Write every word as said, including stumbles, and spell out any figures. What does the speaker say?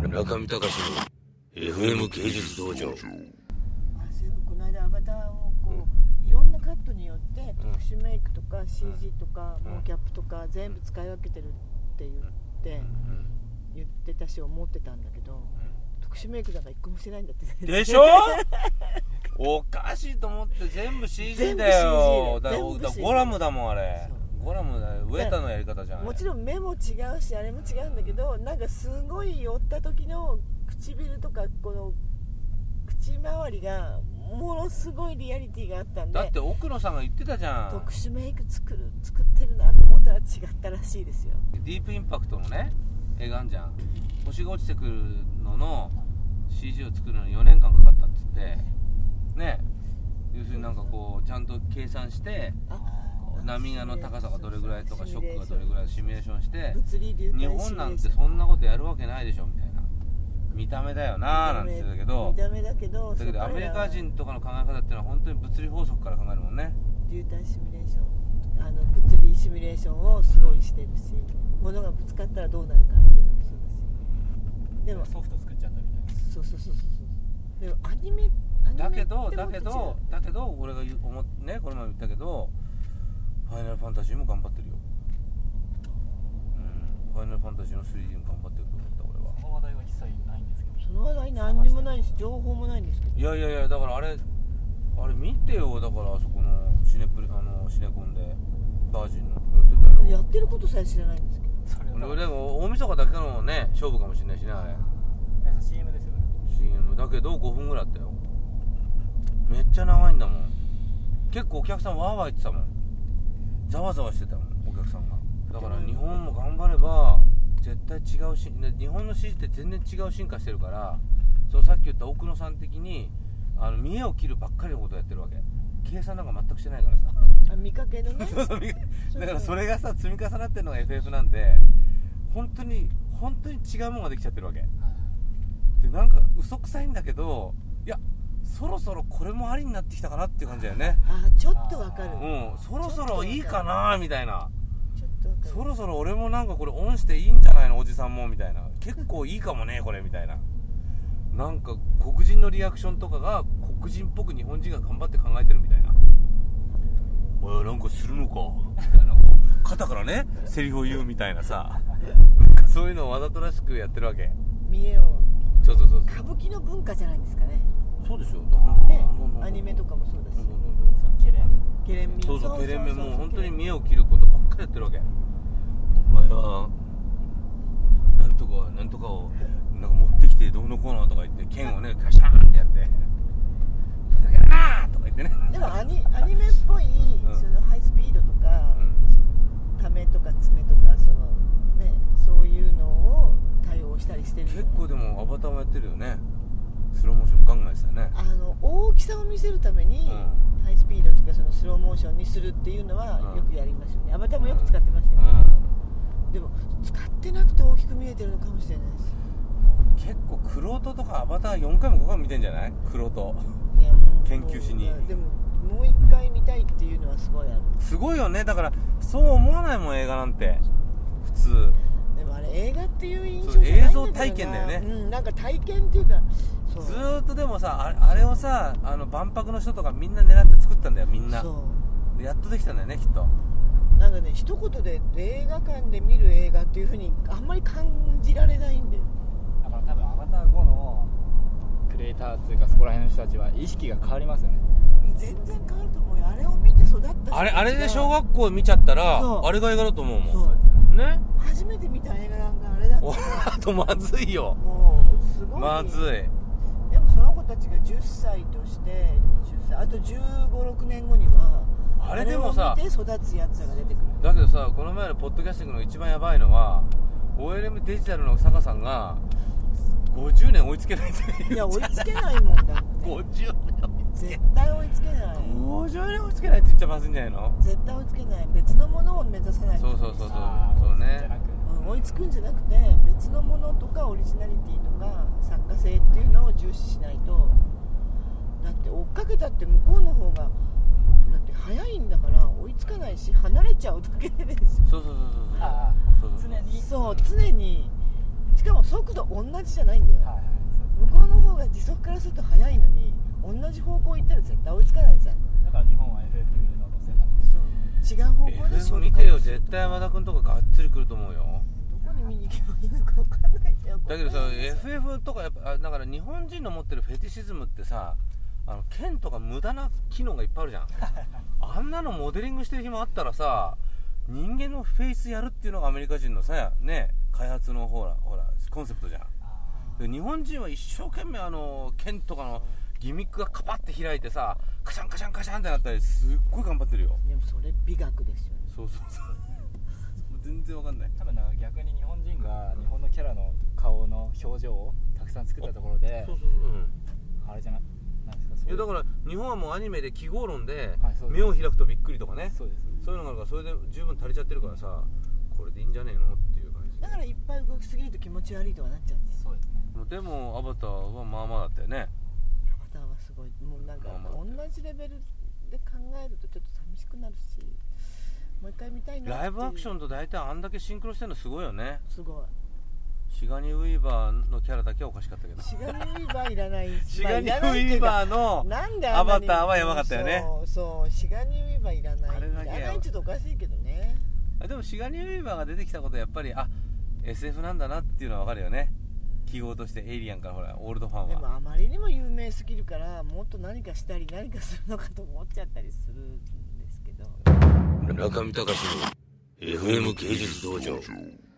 中見隆の エフエム 芸術道場。 あ、そういえばこの間アバターをこう、うん、いろんなカットによって特殊メイクとか シージー とか、うん、モーキャップとか全部使い分けてるって言って、うん、言ってたし思ってたんだけど、うん、特殊メイクなんか一個もしてないんだってでしょおかしいと思って全部 シージー だよ。だからゴラムだもんあれ。ゴラムだよ。ウェタのやり方じゃん。 もちろん目も違うしあれも違うんだけど、なんかすごい寄った時の唇とかこの口周りがものすごいリアリティがあったんで。 だって奥野さんが言ってたじゃん。 特殊メイク作る作ってるなと思ったら違ったらしいですよ。 ディープインパクトのね映画あんじゃん。星が落ちてくるのの シージー を作るのによねんかんかかったっつってね。要するになんかこうちゃんと計算して波の高さがどれぐらいとかショックがどれぐらいシミュレーションして日本なんてそんなことやるわけないでしょみたいな。見た目だよなーなんて言ってたけど、 見た目だけどだけどアメリカ人とかの考え方っていうのは本当に物理法則から考えるもんね。 流体シミュレーション、あの物理シミュレーションをすごいしてるし、物がぶつかったらどうなるかっていうのもそうだし、でもソフト作っちゃったみたいな。 そうそうそうそう。でもアニメだけどだけどだけど俺が思ってね、この前言ったけどファイナルファンタジーも頑張ってるよ、うん、ファイナルファンタジーの スリーディー も頑張ってると思った俺は。 その話題は一切ないんですけど。 その話題何にもないし情報もないんですけど。 いやいやいや、だからあれあれ見てよ。だからあそこのシネプリあのシネコンでバージンのやってたよ。 やってることさえ知らないんですけど。 それはでも大晦日だけのね勝負かもしれないしねあれ。 シーエム ですよね。 シーエム だけどごふんぐらいあったよ。めっちゃ長いんだもん。結構お客さんワーワー言ってたもん。ざわざわしてたもんお客さんが。だから日本も頑張れば絶対違うし、日本の シージー って全然違う進化してるから、そのさっき言った奥野さん的にあの見栄を切るばっかりのことをやってるわけ。計算なんか全くしてないからさ。 あ、見かけのねそうそうだからそれがさ積み重なってるのが エフエフ なんで、本当に本当に違うものができちゃってるわけで、なんか嘘くさいんだけど、いやそろそろこれもありになってきたかなっていう感じだよね。 あ、ちょっとわかる。 うん、そろそろいいかなみたいな。 ちょっとわかる。 そろそろ俺もなんかこれオンしていいんじゃないのおじさんもみたいな。結構いいかもねこれみたいな。なんか黒人のリアクションとかが黒人っぽく日本人が頑張って考えてるみたいな。おいなんかするのかみたいな、こう肩からねセリフを言うみたいなさなんかそういうのをわざとらしくやってるわけ。 見栄を。 そうそうそう。 歌舞伎の文化じゃないですかね。 そうですよ。 ね、アニメとかもそうだし。 ケレンケレンミン。 そうそうケレンミンも本当に見栄を切ることばっかりやってるわけ。お前はなんとかなんとかをなんか持ってきてどうのこうのとか言って剣をねカシャーンってやってふざけんなーとか言ってね。 でもアニ、アニメっぽい、うん、そのハイスピードとか、うん、ためとか爪とかそのねそういうのを対応したりしてる、ね、 結構でもアバターもやってるよね。スローモーションガンガンしたよね。 あの大きさを見せるために、うん、ハイスピードというかそのスローモーションにするっていうのはよくやりますよね。アバターもよく使ってましたよね、うん、でも使ってなくて大きく見えてるのかもしれないです。 結構クロートとかアバターよんかいもごかいも見てんじゃない？クロートいやもう研究しに。 でももう一回見たいっていうのはすごいある。 すごいよね。だからそう思わないもん映画なんて普通。 でもあれ映画っていう印象じゃないんだけどな。 映像体験だよね。 うん、なんか体験っていうかそうずーっとでもさ あれ、あれをさあの万博の人とかみんな狙って作ったんだよみんな。そうやっとできたんだよねきっと。 なんかね一言で映画館で見る映画っていう風にあんまり感じられないんだよ。 だから多分アバターごのクリエイターっていうかそこら辺の人たちは意識が変わりますよね。 全然変わると思うよ。あれを見て育った人たちがあれあれで小学校見ちゃったらあれが映画だと思うもん。 そうね。 初めて見た映画なんかあれだったらあとまずいよ。 もうすごいまずい。 でもその子たちがじゅっさいとしてじゅっさいあとじゅうご、ろくねんごにはあれでもさあれを見て育つやつが出てくる。 だけどさこの前のポッドキャスティングの一番やばいのは オーエルエム デジタルの坂さんがごじゅうねん追いつけないっていう。 いや追いつけないもんだってごじゅうねん絶対追いつけない。 ごじゅうねん追いつけないって言っちゃまずいんじゃないの？ 絶対追いつけない。別のものを目指さないと。 そうそうそうそうそうね、 うん、追いつくんじゃなくて別のものとかオリジナリティとか作家性っていうのを重視しないと。だって追っかけたって向こうの方がだって早いんだから追いつかないし離れちゃうだけです。 そうそうそうそうあそうそう常にそう常にしかも速度同じじゃないんだよ、 はいはい、そう向こうの方が時速からすると速いのに同じ方向行ったら絶対追いつかないじゃん。 だから日本は エフエフ の路線なんですそう違う方向でエフエフショート見てよ、 カットする絶対山田君とかがっつり来ると思うよ。 どこに見に行けばいいのか分かんないんだよ。 だけどさ エフエフ とかやっぱだから日本人の持ってるフェティシズムってさ、あの剣とか無駄な機能がいっぱいあるじゃんあんなのモデリングしてる暇あったらさ、人間のフェイスやるっていうのがアメリカ人のさね開発のほらほらコンセプトじゃん。で日本人は一生懸命あの剣とかのギミックがカパッて開いてさ、カシャンカシャンカシャンってなったりすっごい頑張ってるよ。 でもそれ美学ですよね。 そうそうそう全然わかんない。 多分なんか逆に日本人が日本のキャラの顔の表情をたくさん作ったところで、 そうそうそう、うん、 あれじゃないなんですか、そういういやだから日本はもうアニメで記号論ではいそうです目を開くとびっくりとかね、 そうですそうですそういうのがあるから、それで十分足りちゃってるからさ、これでいいんじゃねえのっていう感じ。 だからいっぱい動きすぎると気持ち悪いとかなっちゃうんです。 そうですね。 でもアバターはまあまあだったよね。 アバターはすごい、もうなんかまあまあ同じレベルで考えるとちょっと寂しくなるし、もう一回見たいなっていう。 ライブアクションと大体あんだけシンクロしてるのすごいよね。 すごい。 シガニー・ウィーバーのキャラだけはおかしかったけど、 シガニー・ウィーバーいらないシガニー・ウィーバーのなんであんなにアバターはやばかったよね。 そうそうシガニー・ウィーバーいらないあれだけやばいいらないって言うとおかしいけどね。 あでもシガニー・ウィーバーが出てきたことはやっぱりあ エスエフ なんだなっていうのは分かるよね。記号としてエイリアンからほらオールドファンでもはあまりにも有名すぎるからもっと何かしたり何かするのかと思っちゃったりするんですけど。 中見隆の エフエム 芸術道場。